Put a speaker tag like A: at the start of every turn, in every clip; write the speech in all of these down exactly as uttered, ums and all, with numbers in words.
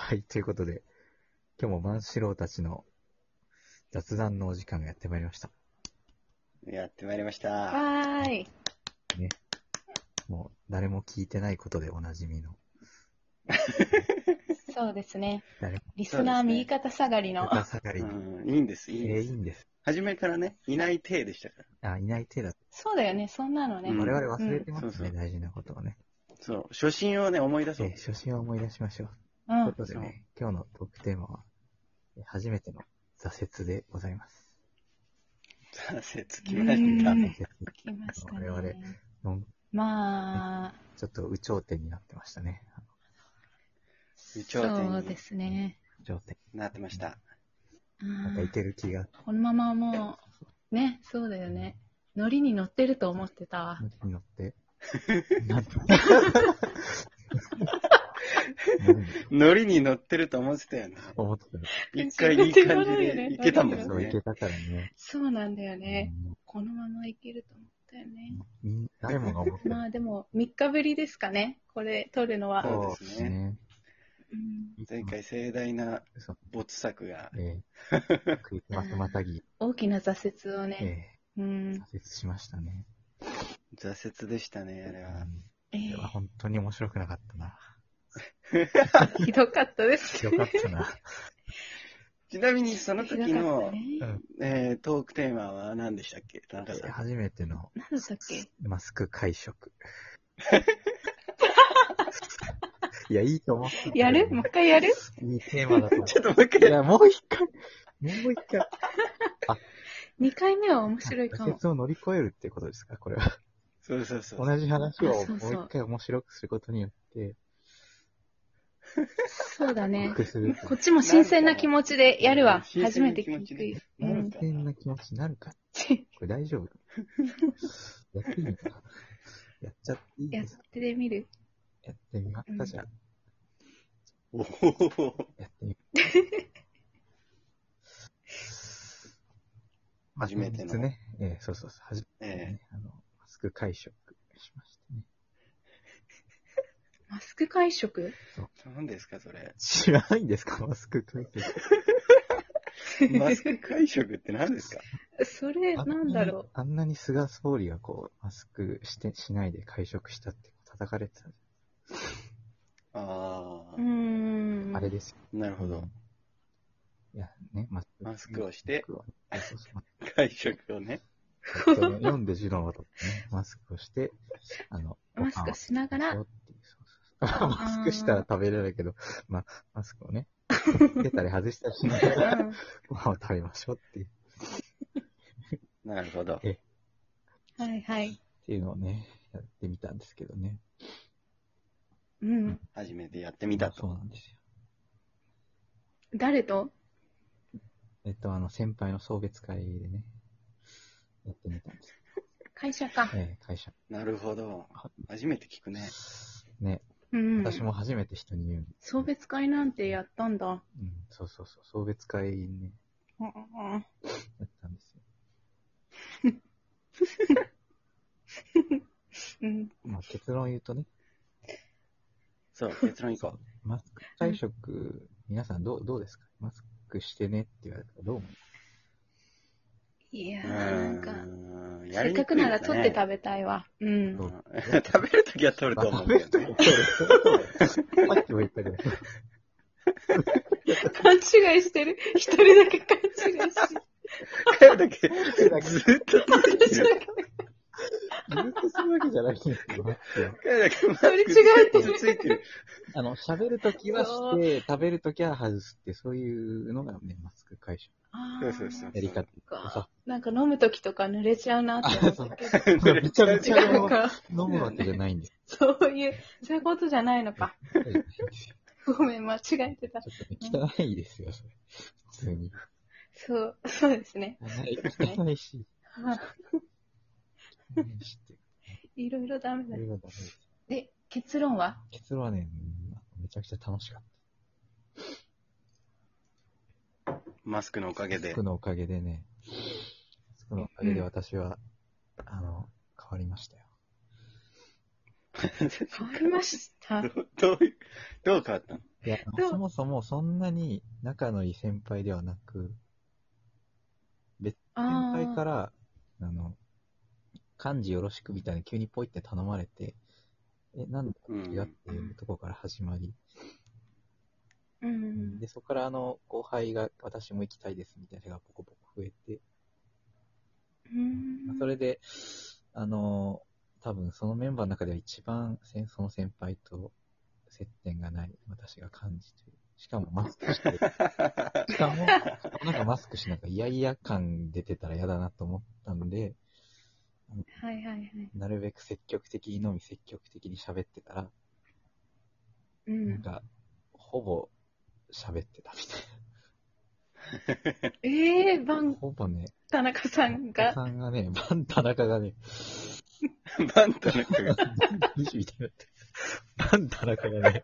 A: はい、ということで、今日も万志郎たちの雑談のお時間がやってまいりました。
B: やってまいりました。
C: わーい。
A: ね。もう、誰も聞いてないことでおなじみの。
C: そうですね。
A: 誰も
C: リスナー右肩下がりの。
A: 肩下がり
B: う
A: の。
B: ん、いいんです、いいん
A: えー、
B: です。
A: いいんです。
B: 初めからね、いない体でしたか
A: あ、いない手だ。
C: そうだよね、そんなのね。
B: うん
A: 我々忘れてますね、
B: うんそうそう
A: 大事なことをね。
B: ら。そう、初心をね、思い出そう
A: えー。初心を思い出しましょう。
C: うん。
A: ということでね、今日のトークテーマは、えー初めての挫折でございます。
B: 挫折きました。
C: うん
A: 挫折。
C: 来ました
A: 我々
C: ね。
A: の
C: まあ、
A: ちょっと有頂天になってましたね。
B: 有頂天に
C: そうですね。
A: 有頂天。
B: なってました。
A: なんかいける気が。
C: このままもう、ね、そうだよね。ノリに乗ってると思ってたわ。
A: に乗って。なんか
B: ノリに乗ってると思ってたよね。
A: 思ってた。
B: 一回いい感じでいけたもん
A: そう、い
B: ね。
A: けたからね。
C: そうなんだよね。
A: うん
C: このままいけると思ったよね。
A: みん誰もが思ってる。
C: まあでも、みっかぶりですかね。これ、撮るのは。
B: そうですね
A: ね。
C: うん
B: 前回盛大な
A: そう
B: 没作が。
A: えー、クリスマスまたぎ、
C: 大きな挫折をね。
A: えー、
C: うん。
A: 挫折しましたね。
B: 挫折でしたね、あれは。
A: うん
C: え
A: これは本当に面白くなかったな。
C: ーひどかったです。
A: よかったな。
B: ちなみにその
C: ひどか
B: 時の、
C: ったね。
A: うん
B: えートークテーマは何でしたっけ、田中さん。
A: えー初めての
C: 何だったっけ
A: マスク会食。いや、いいと思う。
C: やるもう一回やる
A: いいテーマだと思う。
B: ちょっともう一回。
A: いや、もう一回。もう一回。
C: 二回目は面白いかも。
A: 挫折を乗り越えるってことですか、これは。
B: そうそうそう。
A: 同じ話を
C: あそうそう
A: もう一回面白くすることによって、
C: そうだね。
A: 克服する。
C: こっちも新鮮な気持ちでやるわ。
B: 新鮮な
C: 初めて聞く。
B: 気持ちで
C: うん。
A: 新鮮な気持ちになるか。これ大丈夫やっていいのかなやっちゃっていい
C: やっ
A: ですか
C: てみる
A: やってみますか、
C: うん
A: じゃあ。
B: おお。
A: やってみまあ、
B: 初めての
A: 先日ね、えーそうそうそう、初めてね、
B: え
A: あの、マスク会食しましたね。
C: マスク会食
B: 何ですか、それ。
A: 知らないんですか、マスク会食。
B: マスク会食って何ですか？
C: それ、なんだろ
A: あんなに菅総理がこう、マスクして、しないで会食したって叩かれてたじ
B: あ
C: う。うーん。
A: ゃん。あれですよ。
B: あ、なるほど。
A: いや、ね、マスク。
B: マスクをして
A: マスクをねそうそうそう
B: 会食をね。
A: その読んで字のごとくね、マスクをして、あの、
C: マスクしながら
A: ご飯を食べましょうっていうそうそうそうマスクしたら食べれないけど、まあ、マスクをね、つけたり外したりしながら、
C: うん
A: ご飯を食べましょうっていう、
B: なるほど。
A: え
C: はいはい。
A: っていうのをね、やってみたんですけどね。
C: うん。
B: 初めてやってみた
A: そう
B: と。
A: なんですよ。
C: 誰と
A: えっと、あの、先輩の送別会でね、やってみたんです。
C: 会社か。
A: ええ会社。
B: なるほど。初めて聞くね。
A: ね、
C: うん。
A: 私も初めて人に言うんです。
C: 送別会なんてやったんだ。
A: うん、そうそうそう、送別会ね、
C: うん
A: やったんですよ。
C: うん。
A: まあ、結論言うとね、
B: そう、結論いこう。
A: マスク会食、皆さんどう、どうですか？マスクしてねって言われたらどう思う？
C: いや
B: う
C: ー、なんか、
B: ーん。や
C: せっ
B: りにくいよね
C: かくなら取って食べたいわ。うん。
B: うん食べるときは取ると思うけどね。
A: さっきも言ったけど、
C: 勘違いしてる。一人だけ勘違いしてる。
B: かよだけ、ずっとついてる。
A: ずっとするわけじゃないんですよ。マスクは
B: かよだけマスク
C: 取り違えてる
B: ずっとついてる。
A: あの、喋るときはして、食べるときは外すって、そういうのがね、マスク会食。
C: あ
B: そうそうそう
A: やり方。
C: か。なんか飲むときとか濡れちゃうなって思ったけど。
A: めちゃめちゃ
C: 違うか。
A: 飲むわけじゃないんです。
C: そういう、そういうことじゃないのか。ごめん、間違えてた。
A: ちょっとね、汚いですよ、それ。普通に。
C: そう、そうですね。
A: 汚いし。
C: あ
A: 汚いしって。
C: いろいろダメだ
A: それ。がダメです。
C: で、結論は
A: 結論はね、めちゃくちゃ楽しかっ
B: マスクのおかげ
A: た。
B: で
A: マスク。のおかげでね、マスクのおかげで私は、あの、変わりましたよ。
C: 変わりました。
B: どう、どういう、どう変わったの？
A: いや、
C: そう
A: そもそもそんなに仲のいい先輩ではなく、別先輩か
C: あ
A: ら、あの、漢字よろしくみたいな急にポイって頼まれて、え、なんだ
B: うん
A: 違っていうところから始まり、
C: あ、うん。
A: で、そこからあの、後輩が私も行きたいですみたいな人がポコポコ増えて、
C: うん
A: まあそれで、あの、多分そのメンバーの中では一番先その先輩と接点がない私が感じてる。しかもマスクしてる。しかも、なんかマスクしなんか嫌々感出てたら嫌だなと思ったんで、
C: はいはいはい。
A: なるべく積極的にのみ積極的に喋ってたら、
C: うん。
A: なんか、ほぼ喋ってたみ
C: ええー、バ
A: たいな。
C: ン、
A: ほぼね、
C: 田中さんが。
A: さんがね、バン田中がね、
B: バンタの人が。
A: みたいになってる。バン田中がね、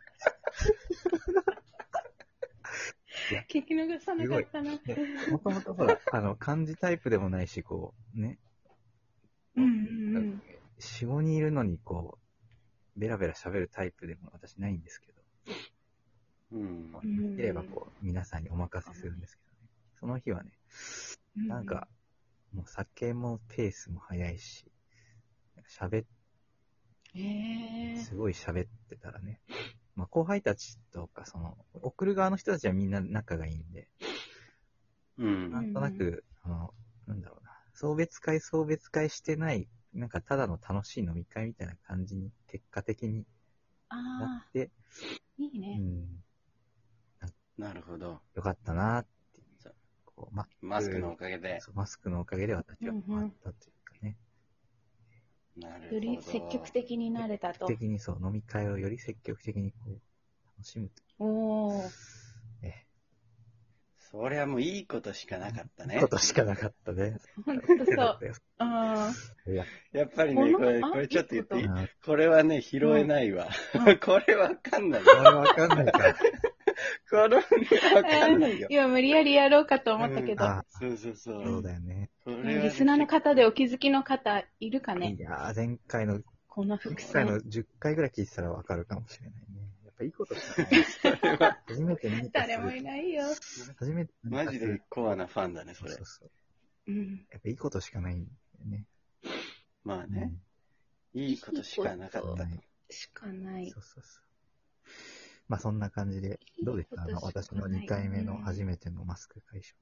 C: 聞き逃さなかったな。
A: もともとほら、あの、漢字タイプでもないし、こう、ね、
C: うんうんうん。
A: よん、ごにんいるのに、こう、ベラベラ喋るタイプでも私ないんですけど、
B: うん。
C: うん
A: できればこう、皆さんにお任せするんですけどね。その日はね、なんか、もう酒もペースも早いし、喋っ、
C: うん、ええ
A: すごい喋ってたらね、まあ後輩たちとか、その、送る側の人たちはみんな仲がいいんで、
B: うん。
A: なんとなく、あの、なんだろうな、送別会送別会してない、なんかただの楽しい飲み会みたいな感じに、結果的にな
C: ああ、
A: って、う
C: いいね。
A: ん、
B: なるほど。
A: よかったなって
B: そう
A: こう、マ
B: マスクのおかげで。
A: そうマスクのおかげで私は回ったというかね。
B: なるほど。
C: より積極的になれたと。
A: 積極的にそう、飲み会をより積極的にこう、楽しむと。
C: おー。
A: え
B: そりゃもういいことしかなかった
A: え、
B: ね
A: こ。としかなかったね。
C: ほんとそう。
A: よかったよ
C: うん。
A: いや、
B: やっぱりね、
C: この
B: これ、
C: あ
B: これちょっと言っていい
C: いいこ
A: あ
B: これはね、拾えないわ。
C: うん
B: これわかんない。
A: これわかんないか。
B: これわかんないよ。
C: 今無理やりやろうかと思ったけど、
A: あ
B: そうそうそう。
A: そうだよね。
B: これは
C: リスナーの方でお気づきの方いるかね
A: いやー、前回の、
C: この伏
A: 前回の
C: 線。
A: じゅっかいぐらい聞いてたらわかるかもしれないね。やっぱいいことしかない。
B: それは、
A: 初めて何かする
C: 誰もいないよ。
A: 初めて何
B: マジ
A: かする
B: でコアなファンだね、それ
A: そうそ。うそう。
C: うん。
A: やっぱいいことしかないんだよね。
B: まあね、いいことしかなかったと。
A: はい
C: しかない
A: そ。うそうそう。まあそんな感じで、どうですかあの、
C: いいことしかない
A: 私のにかいめの初めてのマスク会食。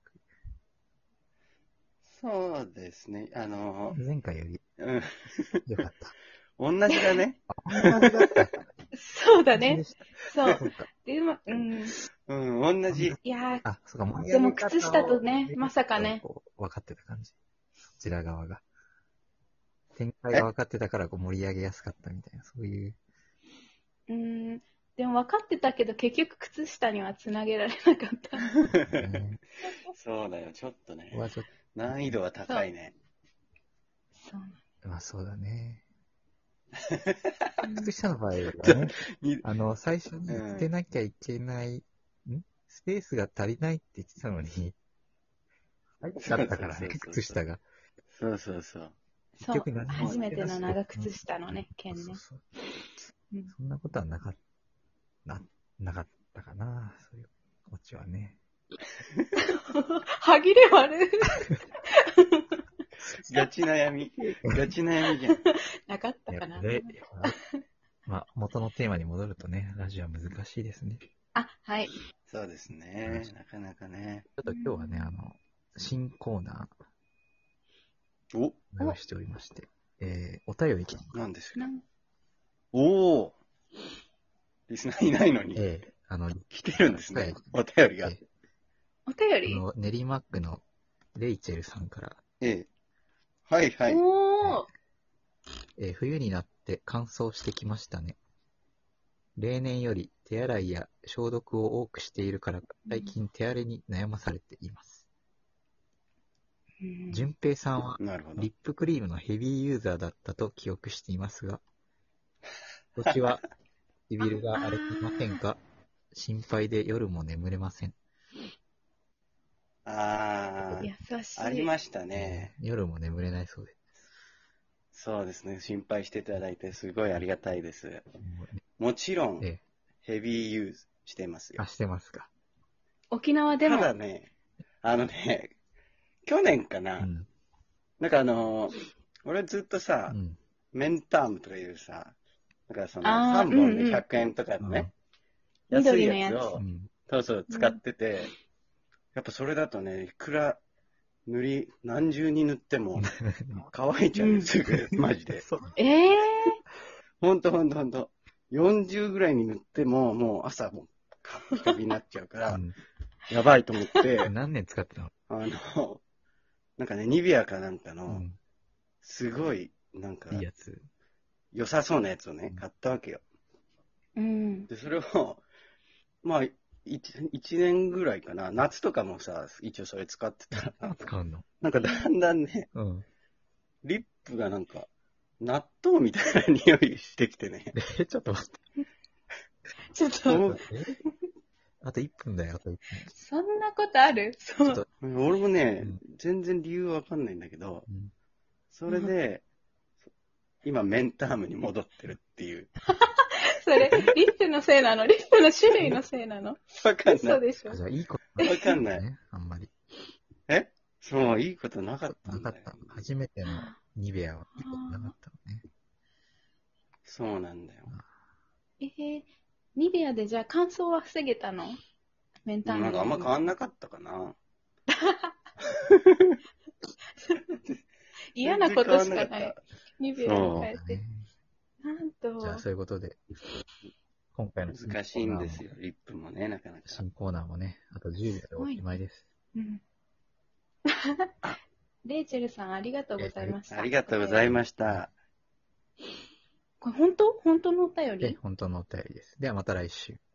B: そうですね、あの、
A: 前回より
B: うん、
A: 良かった。
B: 同じだね。
A: 同じだった。
C: そうだね。
A: 同じでした
C: そう。
A: そうか。
C: でも、うん。
B: うん、同じ。
C: いやー、
A: あ、そうか、
C: でも靴下とねまさかね。
A: こう分かってた感じ。そちら側が。展開が分かってたからこう盛り上げやすかったみたいな、そういう。
C: うん。でも分かってたけど、結局靴下にはつなげられなかった。
A: ね、
B: そうだよ、ちょっとね
A: ここ。はちょっ
B: 難易度は高いね。
C: そう
A: と、まあそうだね。
C: なんだ
A: 靴下の場合はね、
B: に
A: あの、最初に捨てなきゃいけない、んスペースが足りないって言ってたのに、入っちゃったからね、
B: そうそうそうそう
A: 靴下が。
B: そうそうそう。
C: そう
A: 結局何も
C: 初めての長靴下のね、件ね
A: そう。そう
C: うん
A: そんなことはなかった、な、なかったかな、そういうオチはね。
C: 歯切れ悪い。
B: ガチ悩み。ガチ悩みじゃん。
C: なかったかな。
A: で、まあ、元のテーマに戻るとね、ラジオは難しいですね。ち
C: あ、はい。
B: そうですね。なかなかね。
A: ょっと今日はね、あの、新コーナ
B: お、
A: ーを用意しておりまして、えー、お便り来て、
B: 何ですか
C: なん
B: おおリスナーいないのに。
A: えー、あの、
B: 来てるんですね。お便りが。
A: えー
C: お便り
A: あの、練馬区のレイチェルさんから、
B: ええ。はいはい。
C: おー。
A: えー冬になって乾燥してきましたね。例年より手洗いや消毒を多くしているからか、最近手荒れに悩まされています。
C: うん
A: 淳平さんは
B: なるほど
A: リッ。プクリームのヘビーユーザーだったと記憶していますが、今年は唇が荒れていませんか？心配で夜も眠れません。
B: あ
C: 優し
B: あ、
C: い。
B: ありましたね。
A: 夜も眠れないそうで。
B: そうですね。心配していただいてすごいありがたいです。
A: もうね
B: もちろん、
A: え
B: ヘビーユーズ、 していますよ。
A: あ、してますか。
C: 沖縄でも。
B: ただね、あのね、去年かな、
A: うん。
B: なんかあのー俺ずっとさ、
A: うん。
B: メンタームとかいうさ、なんかその
C: あー
B: さんぼんで
C: うんうん
B: ひゃくえんとかのね、
C: うん
B: 安い
C: 緑のやつ
B: やつを、
A: うん。
B: そうそう使ってて、やっぱそれだとね、いくら塗り、何重に塗っても乾いちゃう
C: うん
B: よ、すぐ、マジで。
A: そう。
C: ええ
B: ほんとほんとほんと。よんじゅうぐらいに塗っても、もう朝もうカピカピになっちゃうから、
A: うん。
B: やばいと思って、
A: 何年使ってたの？
B: あの、なんかね、ニビアかなんかの、
A: うん。
B: すごい、なんか
A: いい、やつ。
B: 良さそうなやつをね、買ったわけよ。
C: うん。
B: で、それを、まあ、一一年ぐらいかな、夏とかもさ、一応それ使ってたら、
A: 使うの？
B: なんかだんだんね、
A: うん。
B: リップがなんか、納豆みたいな匂いしてきてね。
A: え、ちょっと待って。
C: ちょっと、
B: もう
A: えあといっぷんだよ、あといっ
C: そんなことあるそ
A: ぷん。ちょっ
C: う。
A: と、
B: 俺もね、
A: うん
B: 全然理由わかんないんだけど、
A: うん。
B: それで、今メンタームに戻ってるっていう。
C: それ、リップのせいなのリップの種類のせいなの
B: わかんない。
C: 嘘でしょ
A: あ、じゃあいいこと
B: わかんない
A: ね、あんまり。
B: えそう、いいことなかっただよ。
A: なんかった。初めてのニベアはいいことなかったのね。
B: そうなんだよ。
C: えー、ニベアでじゃあ乾燥は防げたのメンターム
B: なんかあんま変わ
C: ん
B: んなかったかな。
C: 嫌なことしかない
B: 全然変わんなかっ。
C: ニベアに変えて。
A: ね
C: なんと。
A: じゃあそういうことで、今回の
B: た。難しいんですよ、リップもね、なかなか。
A: 新コーナーもね、あとじゅうびょうでおしまいです。
C: うん。レイチェルさん、ありがとうございました。
B: ありがとうございました。
C: これ本当本当のお便
A: で、
C: り
A: 本当のお便りです。ではまた来週。